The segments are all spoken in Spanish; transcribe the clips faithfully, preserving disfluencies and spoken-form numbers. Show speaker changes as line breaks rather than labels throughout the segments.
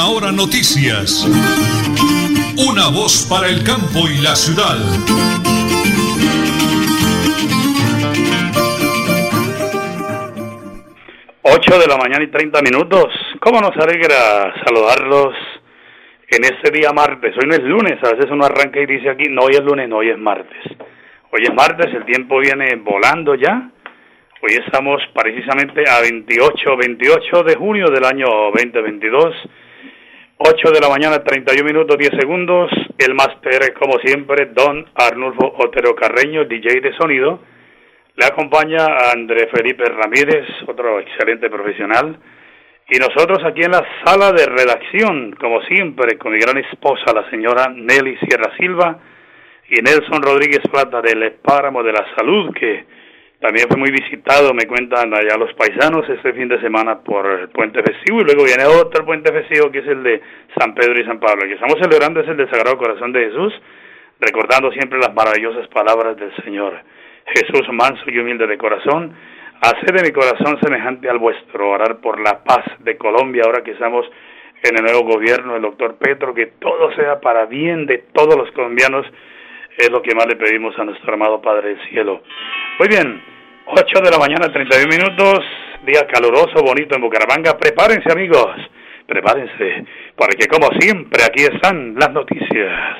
Última Hora Noticias. Una voz para el campo y la ciudad.
Ocho de la mañana y treinta minutos. ¿Cómo nos alegra saludarlos en este día martes? Hoy no es lunes, a veces uno arranca y dice aquí, no, hoy es lunes, no, hoy es martes. Hoy es martes, el tiempo viene volando ya. Hoy estamos precisamente a veintiocho, veintiocho de junio del año veinte veintidós. ocho de la mañana, treinta y un minutos, diez segundos. El máster, como siempre, don Arnulfo Otero Carreño, D J de sonido. Le acompaña a André Felipe Ramírez, otro excelente profesional. Y nosotros aquí en la sala de redacción, como siempre, con mi gran esposa, la señora Nelly Sierra Silva, y Nelson Rodríguez Plata del Páramo de la Salud, que también fue muy visitado, me cuentan allá los paisanos, este fin de semana por el puente festivo, y luego viene otro puente festivo que es el de San Pedro y San Pablo. El que estamos celebrando es el del Sagrado Corazón de Jesús, recordando siempre las maravillosas palabras del Señor. Jesús, manso y humilde de corazón, haced de mi corazón semejante al vuestro, orar por la paz de Colombia, ahora que estamos en el nuevo gobierno del doctor Petro, que todo sea para bien de todos los colombianos, es lo que más le pedimos a nuestro amado Padre del Cielo. Muy bien, ocho de la mañana, treinta y un minutos, día caluroso, bonito en Bucaramanga. Prepárense, amigos, prepárense, porque como siempre, aquí están las noticias.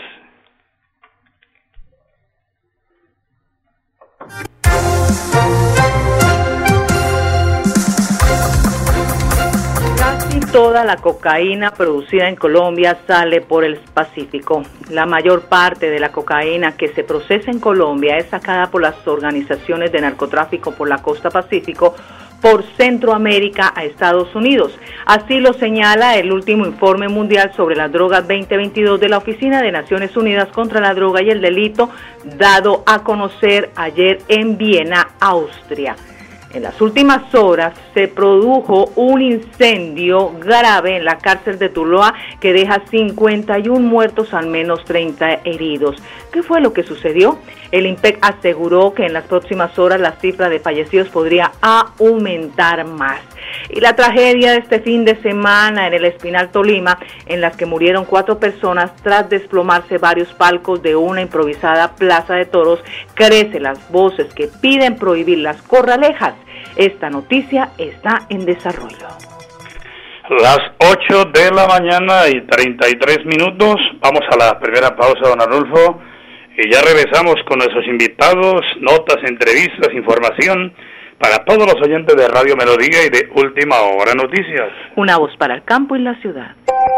Casi toda la cocaína producida en Colombia sale por el Pacífico. La mayor parte de la cocaína que se procesa en Colombia es sacada por las organizaciones de narcotráfico por la costa Pacífico, por Centroamérica a Estados Unidos. Así lo señala el último informe mundial sobre las drogas veinte veintidós de la Oficina de Naciones Unidas contra la Droga y el Delito, dado a conocer ayer en Viena, Austria. En las últimas horas se produjo un incendio grave en la cárcel de Tuluá que deja cincuenta y uno muertos, al menos treinta heridos. ¿Qué fue lo que sucedió? El INPEC aseguró que en las próximas horas la cifra de fallecidos podría aumentar más. Y la tragedia de este fin de semana en el Espinal, Tolima, en las que murieron cuatro personas tras desplomarse varios palcos de una improvisada plaza de toros, crece las voces que piden prohibir las corralejas. Esta noticia está en desarrollo.
Las ocho de la mañana y treinta y tres minutos, vamos a la primera pausa, don Arnulfo, y ya regresamos con nuestros invitados, notas, entrevistas, información para todos los oyentes de Radio Melodía y de Última Hora Noticias.
Una voz para el campo y la ciudad.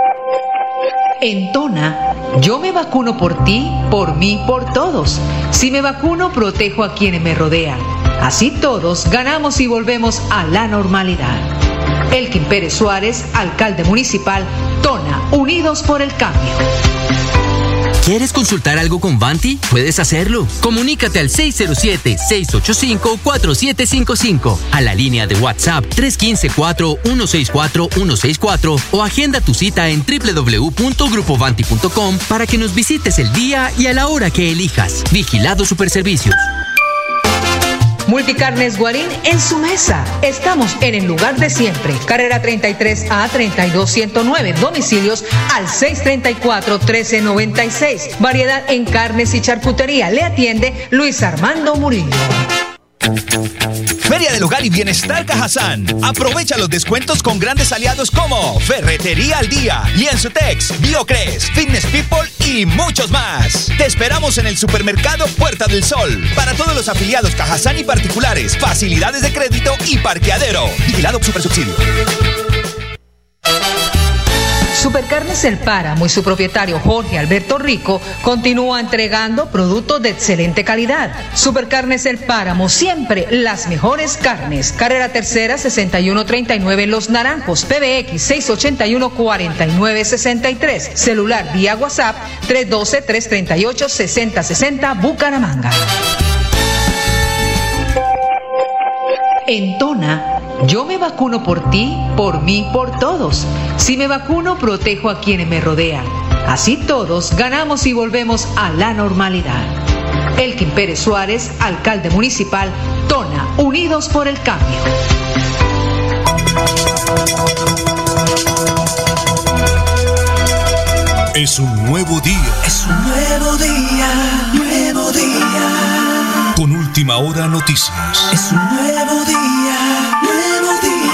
En Tona, yo me vacuno por ti, por mí, por todos. Si me vacuno, protejo a quienes me rodean. Así todos ganamos y volvemos a la normalidad. Elkin Pérez Suárez, alcalde municipal, Tona, unidos por el cambio.
¿Quieres consultar algo con Vanti? Puedes hacerlo. Comunícate al seis cero siete, seis ocho cinco, cuatro siete cinco cinco, a la línea de WhatsApp tres uno cinco, cuatro uno seis cuatro uno seis cuatro o agenda tu cita en doble u doble u doble u punto grupo vanti punto com para que nos visites el día y a la hora que elijas. Vigilado Superservicios.
Multicarnes Guarín en su mesa. Estamos en el lugar de siempre. Carrera treinta y tres A treinta y dos ciento nueve. Domicilios al seis treinta y cuatro, trece noventa y seis. Variedad en carnes y charcutería. Le atiende Luis Armando Murillo.
Feria del Hogar y Bienestar Cajazán. Aprovecha los descuentos con grandes aliados como Ferretería al Día, Lienzutex, Biocres, Fitness People y muchos más. Te esperamos en el supermercado Puerta del Sol. Para todos los afiliados Cajazán y particulares, facilidades de crédito y parqueadero. Vigilado Supersubsidio.
Supercarnes El Páramo y su propietario Jorge Alberto Rico continúa entregando productos de excelente calidad. Supercarnes El Páramo, siempre las mejores carnes. Carrera Tercera sesenta y uno treinta y nueve en Los Naranjos. P B X seis ochenta y uno cuarenta y nueve sesenta y tres. Celular vía WhatsApp tres uno dos, tres tres ocho, seis cero seis cero Bucaramanga. En Tona, yo me vacuno por ti, por mí, por todos. Si me vacuno, protejo a quienes me rodean. Así todos ganamos y volvemos a la normalidad. Elkin Pérez Suárez, alcalde municipal, Tona, unidos por el cambio.
Es un nuevo día.
Es un nuevo día, nuevo día.
Con Última Hora Noticias.
Es un nuevo día, nuevo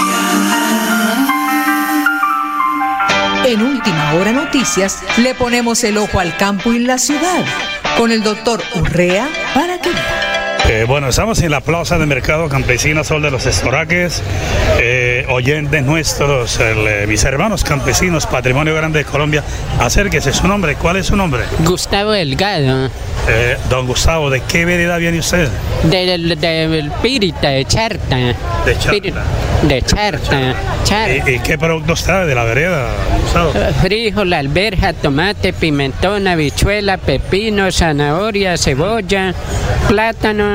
día.
En Última Hora Noticias le ponemos el ojo al campo y la ciudad con el doctor Urrea para que vea.
Eh, bueno, estamos en la plaza de mercado campesina Sol de los Estoraques, eh, oyentes nuestros, el, eh, mis hermanos campesinos, Patrimonio Grande de Colombia, acérquese, su nombre, ¿cuál es su nombre?
Gustavo Delgado.
Eh, don Gustavo, ¿de qué vereda viene usted?
Del de, de, Pirita, de Charta.
De Charta.
De Charta. Charta.
¿Y, ¿Y qué productos trae de la vereda, Gustavo?
Frijol, alberja, tomate, pimentón, habichuela, pepino, zanahoria, cebolla, plátano,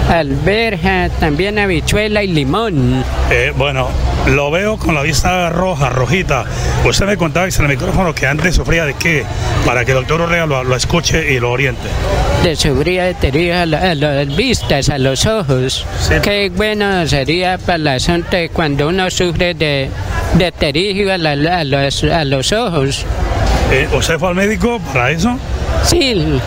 alberja, también habichuela y limón.
Eh, bueno, lo veo con la vista roja, rojita. Usted me contaba en el micrófono que antes sufría de qué, para que el doctor Urrea lo, lo escuche y lo oriente.
De sufría de tería a, la, a las vistas, a los ojos. Sí. Qué bueno sería para el asunto de cuando uno sufre de, de terigio a, la, a, los, a los ojos.
Eh, ¿Usted fue al médico para eso?
Sí.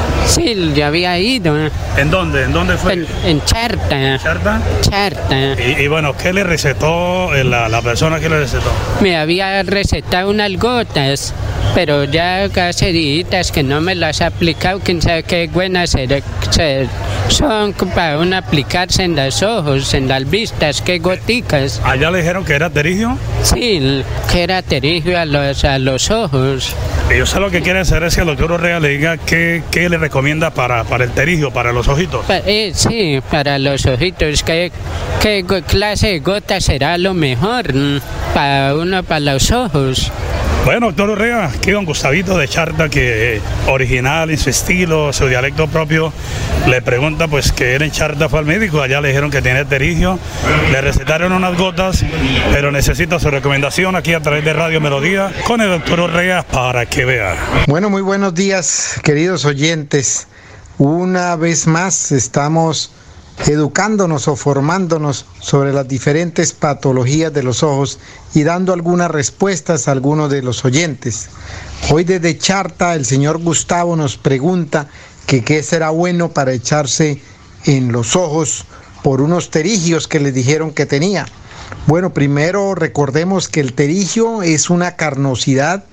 Sí, yo había ido.
¿En dónde? ¿En dónde fue?
En, en Charta.
¿Charta?
Charta.
Y, y bueno, ¿qué le recetó la, la persona que le recetó?
Me había recetado unas gotas, pero ya hace días que no me las ha aplicado. Quién sabe qué buenas ser, ser, son para uno aplicarse en los ojos, en las vistas, qué goticas.
¿Allá le dijeron que era terigio?
Sí, que era terigio a los, a los ojos.
Y usted lo que quiere hacer es que el doctor Urrea le diga qué, qué le recomienda para, para el terigio, para los ojitos.
Pa, eh, sí, para los ojitos. ¿Qué, qué clase de gota será lo mejor para uno, para los ojos?
Bueno, doctor Urrea, aquí don Gustavito de Charta, que eh, original en su estilo, su dialecto propio, le pregunta pues que él en Charta fue al médico, allá le dijeron que tiene terigio, le recetaron unas gotas, pero necesita su recomendación aquí a través de Radio Melodía con el doctor Urrea para que vea.
Bueno, muy buenos días, queridos oyentes. Una vez más estamos educándonos o formándonos sobre las diferentes patologías de los ojos y dando algunas respuestas a algunos de los oyentes. Hoy desde Charta el señor Gustavo nos pregunta que qué será bueno para echarse en los ojos por unos terigios que le dijeron que tenía. Bueno, primero recordemos que el terigio es una carnosidad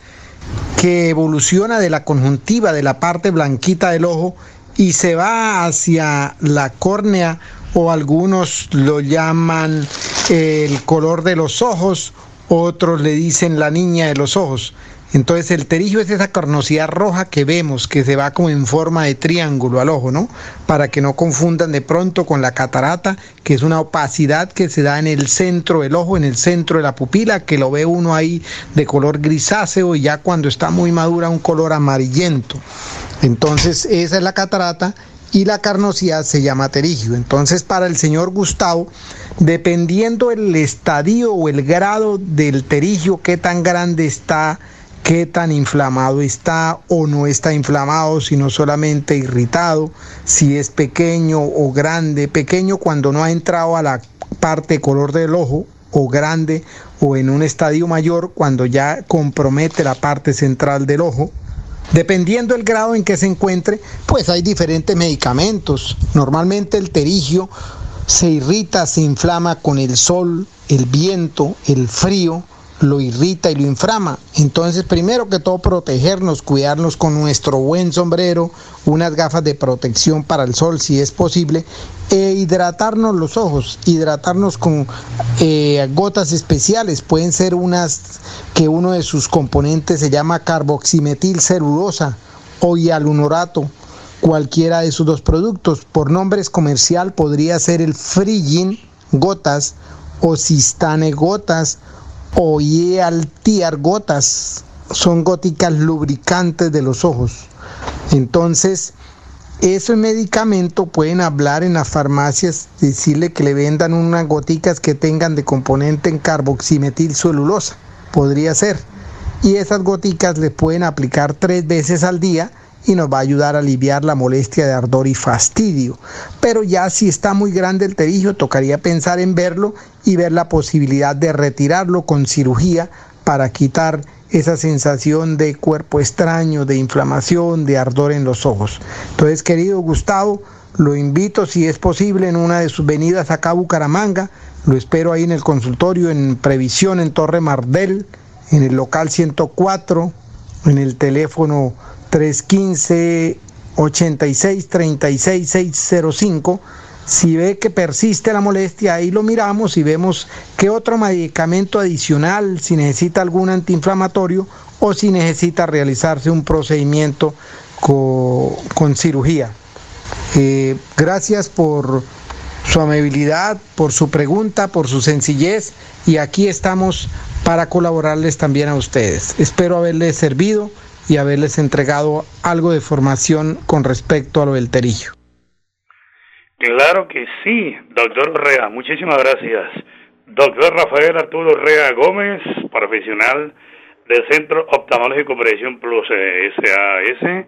que evoluciona de la conjuntiva, de la parte blanquita del ojo, y se va hacia la córnea, o algunos lo llaman el color de los ojos, otros le dicen la niña de los ojos. Entonces el terigio es esa carnosidad roja que vemos, que se va como en forma de triángulo al ojo, ¿no? Para que no confundan de pronto con la catarata, que es una opacidad que se da en el centro del ojo, en el centro de la pupila, que lo ve uno ahí de color grisáceo y ya cuando está muy madura un color amarillento. Entonces esa es la catarata y la carnosidad se llama terigio. Entonces para el señor Gustavo, dependiendo el estadio o el grado del terigio, qué tan grande está, qué tan inflamado está o no está inflamado, sino solamente irritado, si es pequeño o grande, pequeño cuando no ha entrado a la parte color del ojo, o grande o en un estadio mayor cuando ya compromete la parte central del ojo. Dependiendo del grado en que se encuentre, pues hay diferentes medicamentos. Normalmente el terigio se irrita, se inflama con el sol, el viento, el frío, lo irrita y lo inflama. Entonces, primero que todo, protegernos, cuidarnos con nuestro buen sombrero, unas gafas de protección para el sol si es posible, e hidratarnos los ojos, hidratarnos con eh, gotas especiales. Pueden ser unas que uno de sus componentes se llama carboximetilcelulosa o hialuronato, cualquiera de esos dos productos. Por nombres comercial podría ser el Frigin gotas o Sistane gotas o Yealtiar gotas. Son góticas lubricantes de los ojos. Entonces, ese medicamento pueden hablar en las farmacias, decirle que le vendan unas goticas que tengan de componente en carboximetilcelulosa, podría ser. Y esas goticas le pueden aplicar tres veces al día y nos va a ayudar a aliviar la molestia de ardor y fastidio. Pero ya si está muy grande el terigio, tocaría pensar en verlo y ver la posibilidad de retirarlo con cirugía para quitar esa sensación de cuerpo extraño, de inflamación, de ardor en los ojos. Entonces, querido Gustavo, lo invito, si es posible, en una de sus venidas acá a Bucaramanga. Lo espero ahí en el consultorio, en Previsión, en Torre Mardel, en el local ciento cuatro, en el teléfono tres uno cinco, ocho seis, tres seis seis cero cinco. Si ve que persiste la molestia, ahí lo miramos y vemos qué otro medicamento adicional, si necesita algún antiinflamatorio o si necesita realizarse un procedimiento con, con cirugía. Eh, gracias por su amabilidad, por su pregunta, por su sencillez, y aquí estamos para colaborarles también a ustedes. Espero haberles servido y haberles entregado algo de formación con respecto a lo del terillo.
Claro que sí, doctor Orrea, muchísimas gracias. Doctor Rafael Arturo Orrea Gómez, profesional del Centro Oftalmológico Previsión Plus S A S.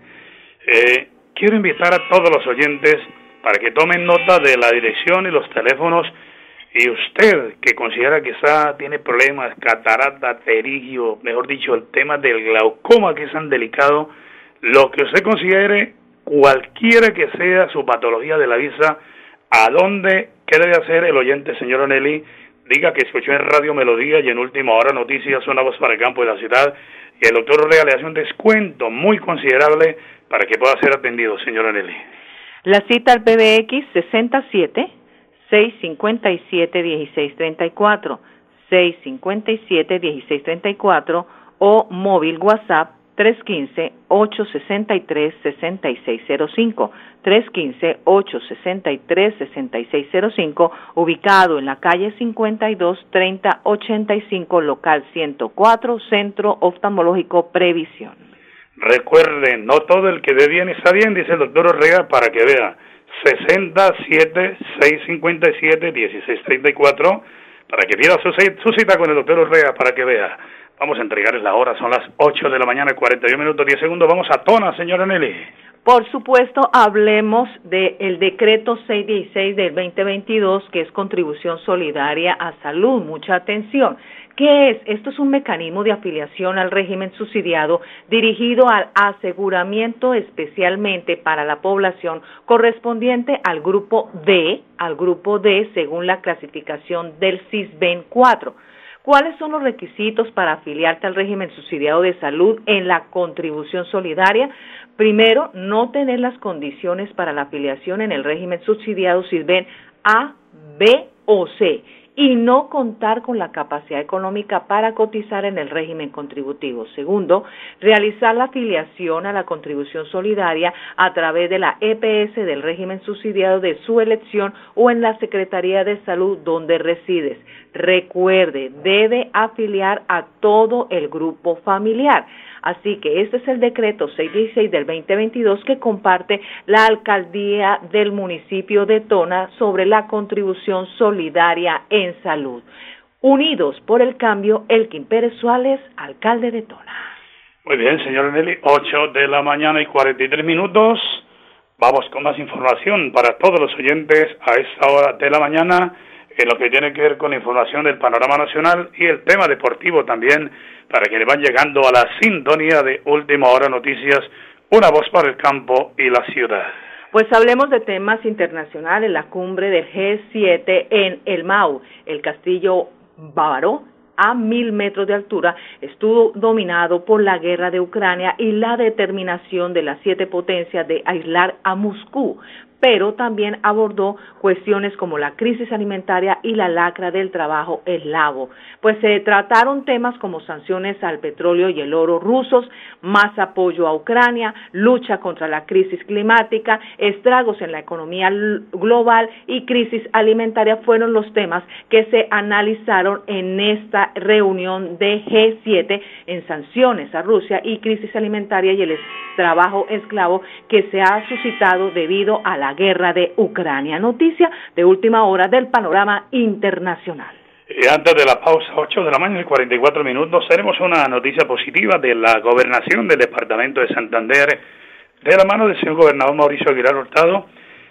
Eh, quiero invitar a todos los oyentes para que tomen nota de la dirección y los teléfonos, y usted que considera que quizá tiene problemas, catarata, terigio, mejor dicho, el tema del glaucoma que es tan delicado, lo que usted considere, cualquiera que sea su patología de la vista, ¿a dónde, qué debe hacer el oyente, señor Onelli? Diga que escuchó en Radio Melodía y en Última Hora Noticias, una voz para el campo de la ciudad, y el doctor Orrea le hace un descuento muy considerable para que pueda ser atendido, señor Onelli.
La cita al P B X sesenta y siete, seiscientos cincuenta y siete, dieciséis treinta y cuatro, seiscientos cincuenta y siete, dieciséis treinta y cuatro o móvil WhatsApp tres uno cinco, ocho seis tres, seis seis cero cinco, tres uno cinco, ocho seis tres, seis seis cero cinco, ubicado en la calle cincuenta y dos, treinta ochenta y cinco, local ciento cuatro, Centro Oftalmológico Previsión.
Recuerden, no todo el que ve bien está bien, dice el doctor Orrea, para que vea. sesenta y siete, seiscientos cincuenta y siete, dieciséis treinta y cuatro, para que pida su, su cita con el doctor Orrea, para que vea. Vamos a entregarles la hora, son las ocho de la mañana, cuarenta y un minutos, diez segundos. Vamos a Tona, señora Nelly.
Por supuesto, hablemos del decreto seiscientos dieciséis del veinte veintidós, que es contribución solidaria a salud. Mucha atención. ¿Qué es? Esto es un mecanismo de afiliación al régimen subsidiado dirigido al aseguramiento especialmente para la población correspondiente al grupo D, al grupo D según la clasificación del SISBEN cuatro. ¿Cuáles son los requisitos para afiliarte al régimen subsidiado de salud en la contribución solidaria? Primero, no tener las condiciones para la afiliación en el régimen subsidiado SISBEN A, B o C, y no contar con la capacidad económica para cotizar en el régimen contributivo. Segundo, realizar la afiliación a la contribución solidaria a través de la E P S del régimen subsidiado de su elección o en la Secretaría de Salud donde resides. Recuerde, debe afiliar a todo el grupo familiar. Así que este es el decreto seiscientos dieciséis del veinte veintidós que comparte la alcaldía del municipio de Tona sobre la contribución solidaria en salud. Unidos por el cambio, Elkin Pérez Suárez, alcalde de Tona.
Muy bien, señor Nelly, ocho de la mañana y cuarenta y tres minutos. Vamos con más información para todos los oyentes a esta hora de la mañana, en lo que tiene que ver con información del panorama nacional y el tema deportivo también, para que le van llegando a la sintonía de Última Hora Noticias, una voz para el campo y la ciudad.
Pues hablemos de temas internacionales. La cumbre del G siete en El Mau, el castillo bávaro, a mil metros de altura, estuvo dominado por la guerra de Ucrania y la determinación de las siete potencias de aislar a Moscú, pero también abordó cuestiones como la crisis alimentaria y la lacra del trabajo eslavo. Pues se trataron temas como sanciones al petróleo y el oro rusos, más apoyo a Ucrania, lucha contra la crisis climática, estragos en la economía global y crisis alimentaria fueron los temas que se analizaron en esta reunión de G siete en sanciones a Rusia y crisis alimentaria y el trabajo esclavo que se ha suscitado debido a la guerra de Ucrania. Noticia de última hora del panorama internacional.
Y antes de la pausa, ocho de la mañana y cuarenta y cuatro minutos, tenemos una noticia positiva de la gobernación del departamento de Santander, de la mano del señor gobernador Mauricio Aguilar Hurtado,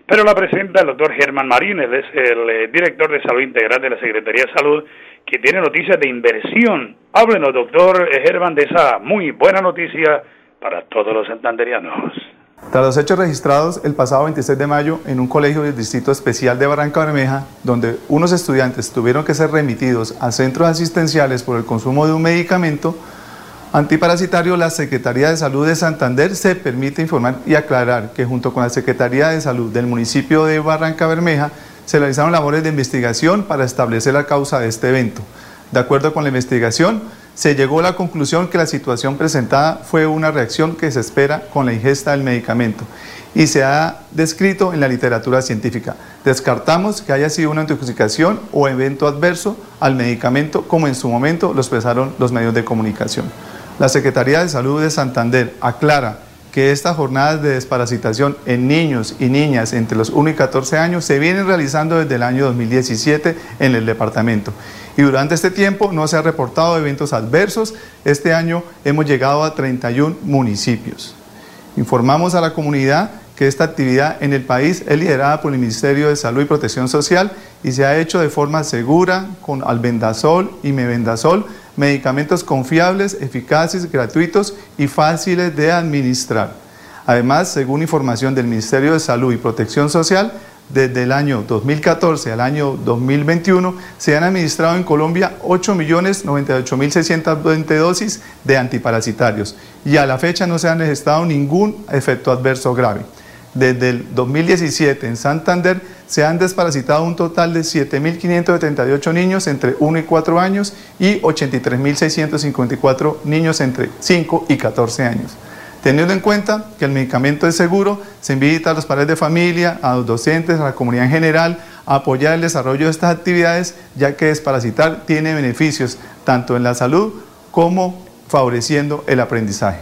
pero la presenta el doctor Germán Marín, él es el eh, director de Salud Integral de la Secretaría de Salud, que tiene noticias de inversión. Háblenos, doctor Germán, de esa muy buena noticia para todos los santanderianos.
Tras los hechos registrados el pasado veintiséis de mayo en un colegio del Distrito Especial de Barranca Bermeja, donde unos estudiantes tuvieron que ser remitidos a centros asistenciales por el consumo de un medicamento antiparasitario, la Secretaría de Salud de Santander se permite informar y aclarar que junto con la Secretaría de Salud del municipio de Barranca Bermeja se realizaron labores de investigación para establecer la causa de este evento. De acuerdo con la investigación, se llegó a la conclusión que la situación presentada fue una reacción que se espera con la ingesta del medicamento y se ha descrito en la literatura científica. Descartamos que haya sido una intoxicación o evento adverso al medicamento, como en su momento lo expresaron los medios de comunicación. La Secretaría de Salud de Santander aclara que estas jornadas de desparasitación en niños y niñas entre los uno y catorce años se vienen realizando desde el año dos mil diecisiete en el departamento. Y durante este tiempo no se ha reportado eventos adversos. Este año hemos llegado a treinta y uno municipios. Informamos a la comunidad que esta actividad en el país es liderada por el Ministerio de Salud y Protección Social y se ha hecho de forma segura con albendazol y mebendazol, medicamentos confiables, eficaces, gratuitos y fáciles de administrar. Además, según información del Ministerio de Salud y Protección Social, desde el año dos mil catorce al año dos mil veintiuno se han administrado en Colombia ocho millones noventa y ocho mil seiscientas veinte dosis de antiparasitarios y a la fecha no se ha registrado ningún efecto adverso grave. Desde el dos mil diecisiete en Santander se han desparasitado un total de siete mil quinientos setenta y ocho niños entre uno y cuatro años y ochenta y tres mil seiscientos cincuenta y cuatro niños entre cinco y catorce años. Teniendo en cuenta que el medicamento es seguro, se invita a los padres de familia, a los docentes, a la comunidad en general, a apoyar el desarrollo de estas actividades, ya que desparasitar tiene beneficios tanto en la salud como favoreciendo el aprendizaje.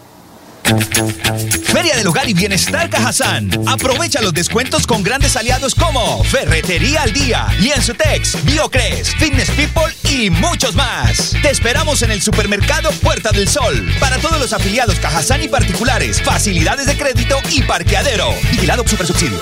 Feria del Hogar y Bienestar Cajazán. Aprovecha los descuentos con grandes aliados como Ferretería al Día, Lienzutex, Biocres, Fitness People y muchos más. Te esperamos en el supermercado Puerta del Sol. Para todos los afiliados Cajazán y particulares, facilidades de crédito y parqueadero. Vigilado Supersubsidio.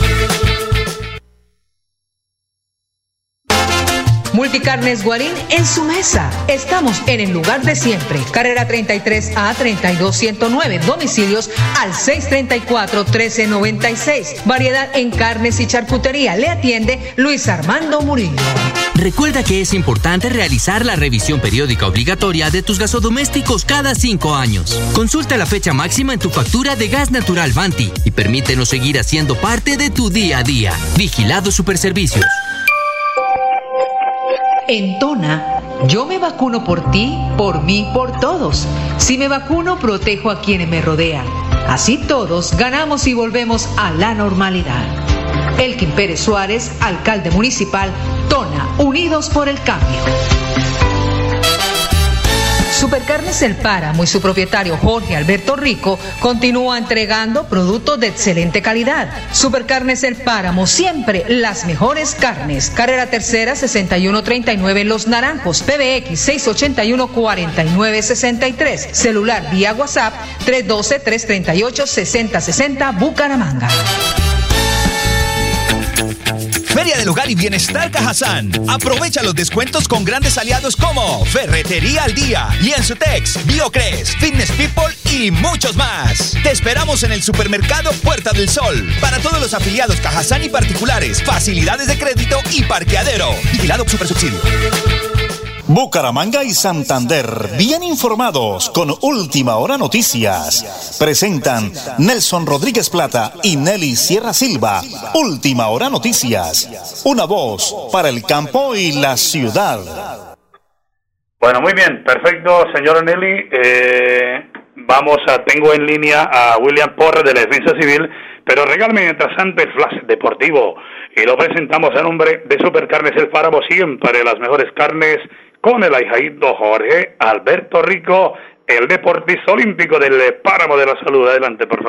Multicarnes Guarín en su mesa. Estamos en el lugar de siempre. Carrera treinta y tres A treinta y dos ciento nueve. Domicilios al seis treinta y cuatro trece noventa y seis. Variedad en carnes y charcutería. Le atiende Luis Armando Murillo.
Recuerda que es importante realizar la revisión periódica obligatoria de tus gasodomésticos cada cinco años. Consulta la fecha máxima en tu factura de gas natural Vanti y permítenos seguir haciendo parte de tu día a día. Vigilado Superservicios.
En Tona, yo me vacuno por ti, por mí, por todos. Si me vacuno, protejo a quienes me rodean. Así todos ganamos y volvemos a la normalidad. Elkin Pérez Suárez, alcalde municipal, Tona, unidos por el cambio. Supercarnes El Páramo y su propietario Jorge Alberto Rico continúa entregando productos de excelente calidad. Supercarnes El Páramo, siempre las mejores carnes. Carrera Tercera sesenta y uno treinta y nueve Los Naranjos, P B X seis ochenta y uno cuarenta y nueve sesenta y tres. Celular vía WhatsApp tres uno dos, tres tres ocho, seis cero seis cero Bucaramanga.
Feria del Hogar y Bienestar Cajazán. Aprovecha los descuentos con grandes aliados como Ferretería al Día, Lienzutex, Biocres, Fitness People y muchos más. Te esperamos en el supermercado Puerta del Sol. Para todos los afiliados Cajazán y particulares, facilidades de crédito y parqueadero. Vigilado Supersubsidio.
Bucaramanga y Santander, bien informados con Última Hora Noticias. Presentan Nelson Rodríguez Plata y Nelly Sierra Silva. Última Hora Noticias. Una voz para el campo y la ciudad.
Bueno, muy bien, perfecto, señora Nelly. Eh, vamos a, tengo en línea a William Porras de la Defensa Civil, pero regálame mientras tanto el flash deportivo. Y lo presentamos a nombre de Supercarnes El Páramo, siempre las mejores carnes, con el ahijadito Jorge Alberto Rico, el deportista olímpico del Páramo de la Salud. Adelante, por favor.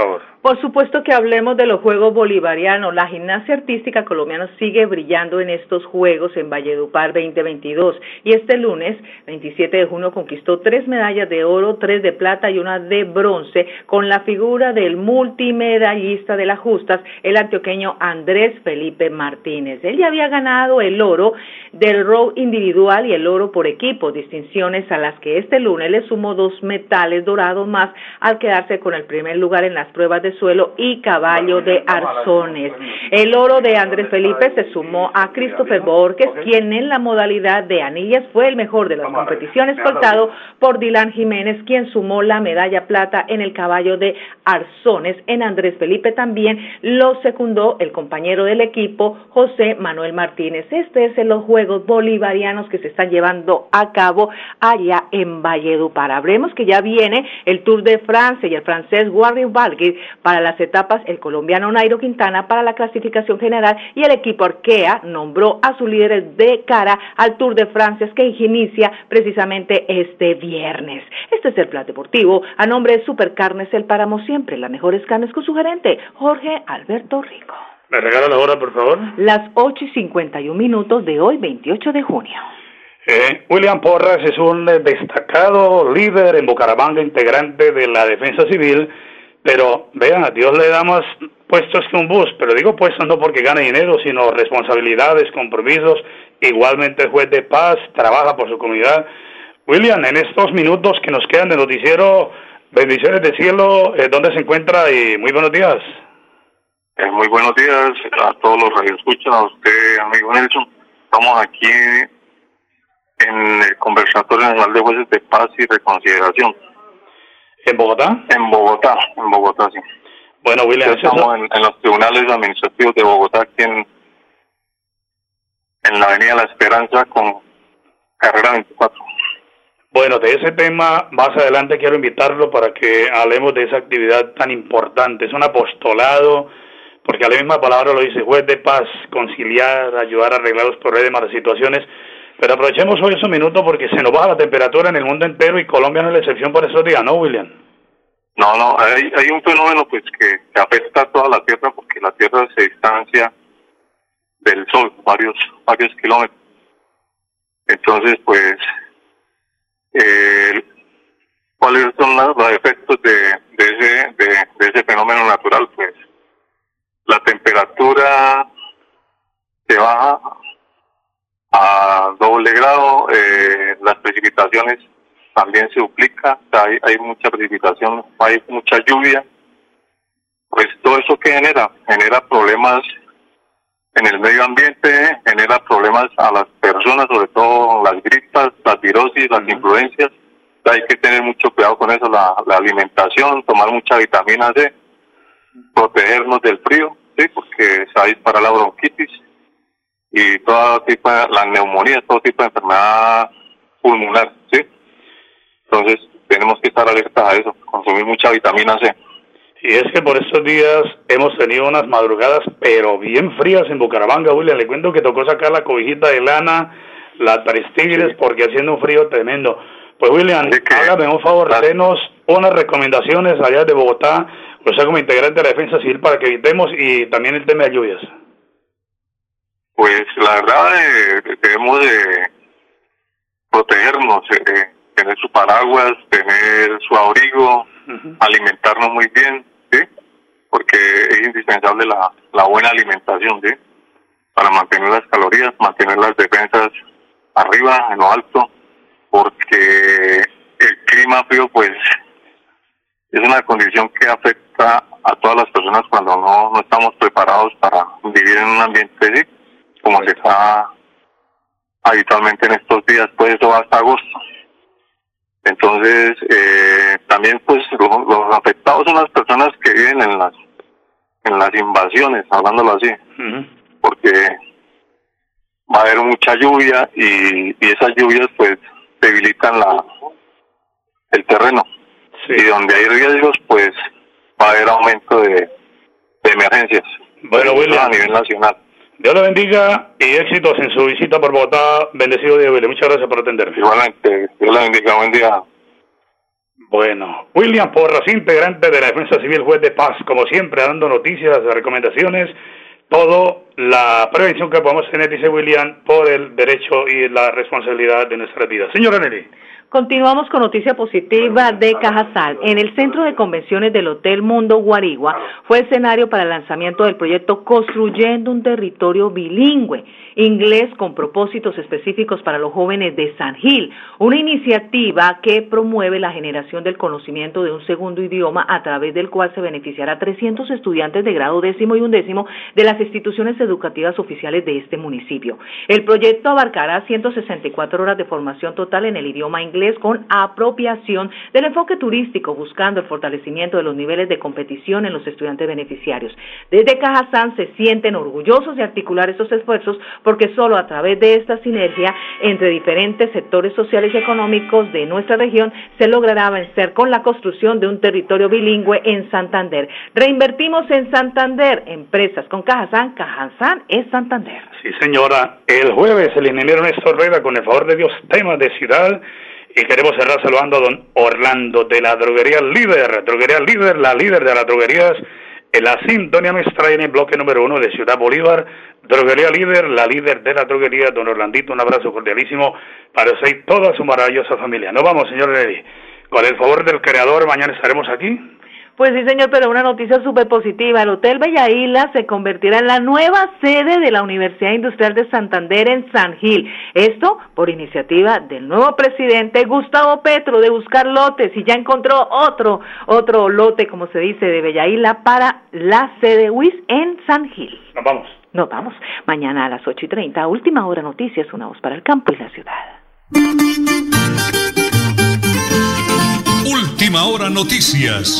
Por supuesto que hablemos de los Juegos Bolivarianos. La gimnasia artística colombiana sigue brillando en estos Juegos en Valledupar veinte veintidós y este lunes, veintisiete de junio, conquistó tres medallas de oro, tres de plata y una de bronce con la figura del multimedallista de las justas, el antioqueño Andrés Felipe Martínez. Él ya había ganado el oro del row individual y el oro por equipo, distinciones a las que este lunes le sumó dos metales dorados más al quedarse con el primer lugar en las pruebas de suelo y caballo de arzones. El oro de Andrés Felipe se sumó a Christopher Borges, quien en la modalidad de anillas fue el mejor de las competiciones, escoltado por Dylan Jiménez, quien sumó la medalla plata en el caballo de arzones. En Andrés Felipe también lo secundó el compañero del equipo, José Manuel Martínez. Este es en los Juegos Bolivarianos que se están llevando a cabo allá en Valledupar. Hablemos que ya viene el Tour de Francia y el francés Warren Barguil para las etapas, el colombiano Nairo Quintana para la clasificación general y el equipo Arkea nombró a sus líderes de cara al Tour de Francia que inicia precisamente este viernes. Este es el Plan Deportivo a nombre de Supercarnes El Páramo, siempre las mejores carnes, con su gerente Jorge Alberto Rico.
¿Me regala la hora, por favor?
Las ocho y cincuenta y un minutos de hoy, veintiocho de junio.
Eh, William Porras es un destacado líder en Bucaramanga, integrante de la Defensa Civil. Pero, vean, a Dios le da más puestos que un bus, pero digo puestos no porque gane dinero, sino responsabilidades, compromisos. Igualmente el juez de paz trabaja por su comunidad. William, en estos minutos que nos quedan de noticiero, bendiciones del cielo, eh, ¿dónde se encuentra? Y muy buenos días.
Eh, muy buenos días a todos los radioescuchas, a usted, amigo Nelson. Estamos aquí en el Conversatorio Nacional de Jueces de Paz y Reconciliación.
¿En Bogotá?
En Bogotá, en Bogotá, sí.
Bueno, William,
estamos en, en los tribunales administrativos de Bogotá, aquí en, en la Avenida La Esperanza, con carrera veinticuatro.
Bueno, de ese tema, más adelante quiero invitarlo para que hablemos de esa actividad tan importante. Es un apostolado, porque a la misma palabra lo dice, juez de paz, conciliar, ayudar a arreglar los problemas, malas situaciones. Pero aprovechemos hoy esos minutos porque se nos baja la temperatura en el mundo entero y Colombia no es la excepción por esos días, ¿no, William?
No, no, hay, hay un fenómeno pues que, que afecta a toda la Tierra porque la Tierra se distancia del Sol varios varios kilómetros. Entonces, pues, eh, ¿cuáles son los, los efectos de, de, ese, de, de ese fenómeno natural? Pues, la temperatura se baja a doble grado, eh, las precipitaciones también se duplican, o sea, hay, hay mucha precipitación, hay mucha lluvia, pues todo eso que genera, genera problemas en el medio ambiente, genera problemas a las personas, sobre todo las gripas, las virosis, las influencias, o sea, hay que tener mucho cuidado con eso, la, la alimentación, tomar mucha vitamina C, protegernos del frío, sí, porque se va a disparar la bronquitis, y todo tipo de, la neumonía, todo tipo de enfermedad pulmonar, ¿sí? Entonces, tenemos que estar alertas a eso, consumir mucha vitamina C.
Y es que por estos días hemos tenido unas madrugadas, pero bien frías en Bucaramanga, William. Le cuento que tocó sacar la cobijita de lana, las tres tigres, sí, porque haciendo un frío tremendo. Pues, William, hágame un favor, la... denos unas recomendaciones allá de Bogotá, o sea, como integrante de la Defensa Civil, para que evitemos, y también el tema de lluvias.
Pues la verdad eh, debemos de protegernos, eh, tener su paraguas, tener su abrigo, uh-huh. alimentarnos muy bien, ¿sí? Porque es indispensable la, la buena alimentación, ¿sí? Para mantener las calorías, mantener las defensas arriba, en lo alto, porque el clima frío pues es una condición que afecta a todas las personas cuando no, no estamos preparados para vivir en un ambiente así, como se está habitualmente en estos días, pues eso va hasta agosto. Entonces, eh, también pues los, los afectados son las personas que viven en las en las invasiones, hablándolo así, uh-huh. porque va a haber mucha lluvia y, y esas lluvias pues debilitan la el terreno. Sí. Y donde hay riesgos pues va a haber aumento de, de emergencias.
Bueno, William,
a nivel nacional.
Dios le bendiga y éxitos en su visita por Bogotá. Bendecido día, William. Muchas gracias por atenderme.
Igualmente, Dios le bendiga. Buen día.
Bueno, William Porras, integrante de la Defensa Civil, juez de paz, como siempre, dando noticias, recomendaciones, todo la prevención que podemos tener, dice William, por el derecho y la responsabilidad de nuestras vidas. Señora Nelly.
Continuamos con noticia positiva de Cajazán. En el centro de convenciones del Hotel Mundo Guarigua fue escenario para el lanzamiento del proyecto Construyendo un Territorio Bilingüe, inglés con propósitos específicos para los jóvenes de San Gil, una iniciativa que promueve la generación del conocimiento de un segundo idioma a través del cual se beneficiará a trescientos estudiantes de grado décimo y undécimo de las instituciones educativas oficiales de este municipio. El proyecto abarcará ciento sesenta y cuatro horas de formación total en el idioma inglés con apropiación del enfoque turístico, buscando el fortalecimiento de los niveles de competición en los estudiantes beneficiarios. Desde Cajazán se sienten orgullosos de articular estos esfuerzos porque solo a través de esta sinergia entre diferentes sectores sociales y económicos de nuestra región se logrará vencer con la construcción de un territorio bilingüe en Santander. Reinvertimos en Santander, empresas con Cajazán, Cajazán es Santander.
Sí, señora. El jueves el ingeniero Néstor Rueda, con el favor de Dios, temas de ciudad. Y queremos cerrar saludando a don Orlando de la Droguería Líder, Droguería Líder, la líder de las droguerías, en la sintonía nuestra en el bloque número uno de Ciudad Bolívar. Droguería Líder, la líder de la droguería. Don Orlandito, un abrazo cordialísimo para usted y toda su maravillosa familia. Nos vamos, señor Nelly. Con el favor del Creador, mañana estaremos aquí.
Pues sí, señor, pero una noticia súper positiva. El Hotel Bella Isla se convertirá en la nueva sede de la Universidad Industrial de Santander en San Gil. Esto por iniciativa del nuevo presidente Gustavo Petro de buscar lotes, y ya encontró otro otro lote, como se dice, de Bella Isla para la sede U I S en San Gil.
Nos vamos.
Nos vamos. Mañana a las ocho y treinta, Última Hora Noticias, una voz para el campo y la ciudad.
Última Hora Noticias.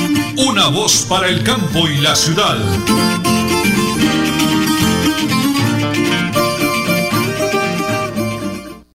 Una voz para el campo y la ciudad.